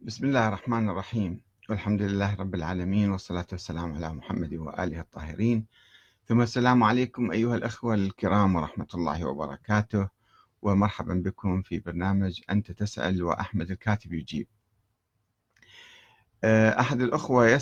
بسم الله الرحمن الرحيم، والحمد لله رب العالمين، والصلاة والسلام على محمد وآله الطاهرين. ثم السلام عليكم أيها الأخوة الكرام ورحمة الله وبركاته، ومرحبا بكم في برنامج أنت تسأل وأحمد الكاتب يجيب. أحد الأخوة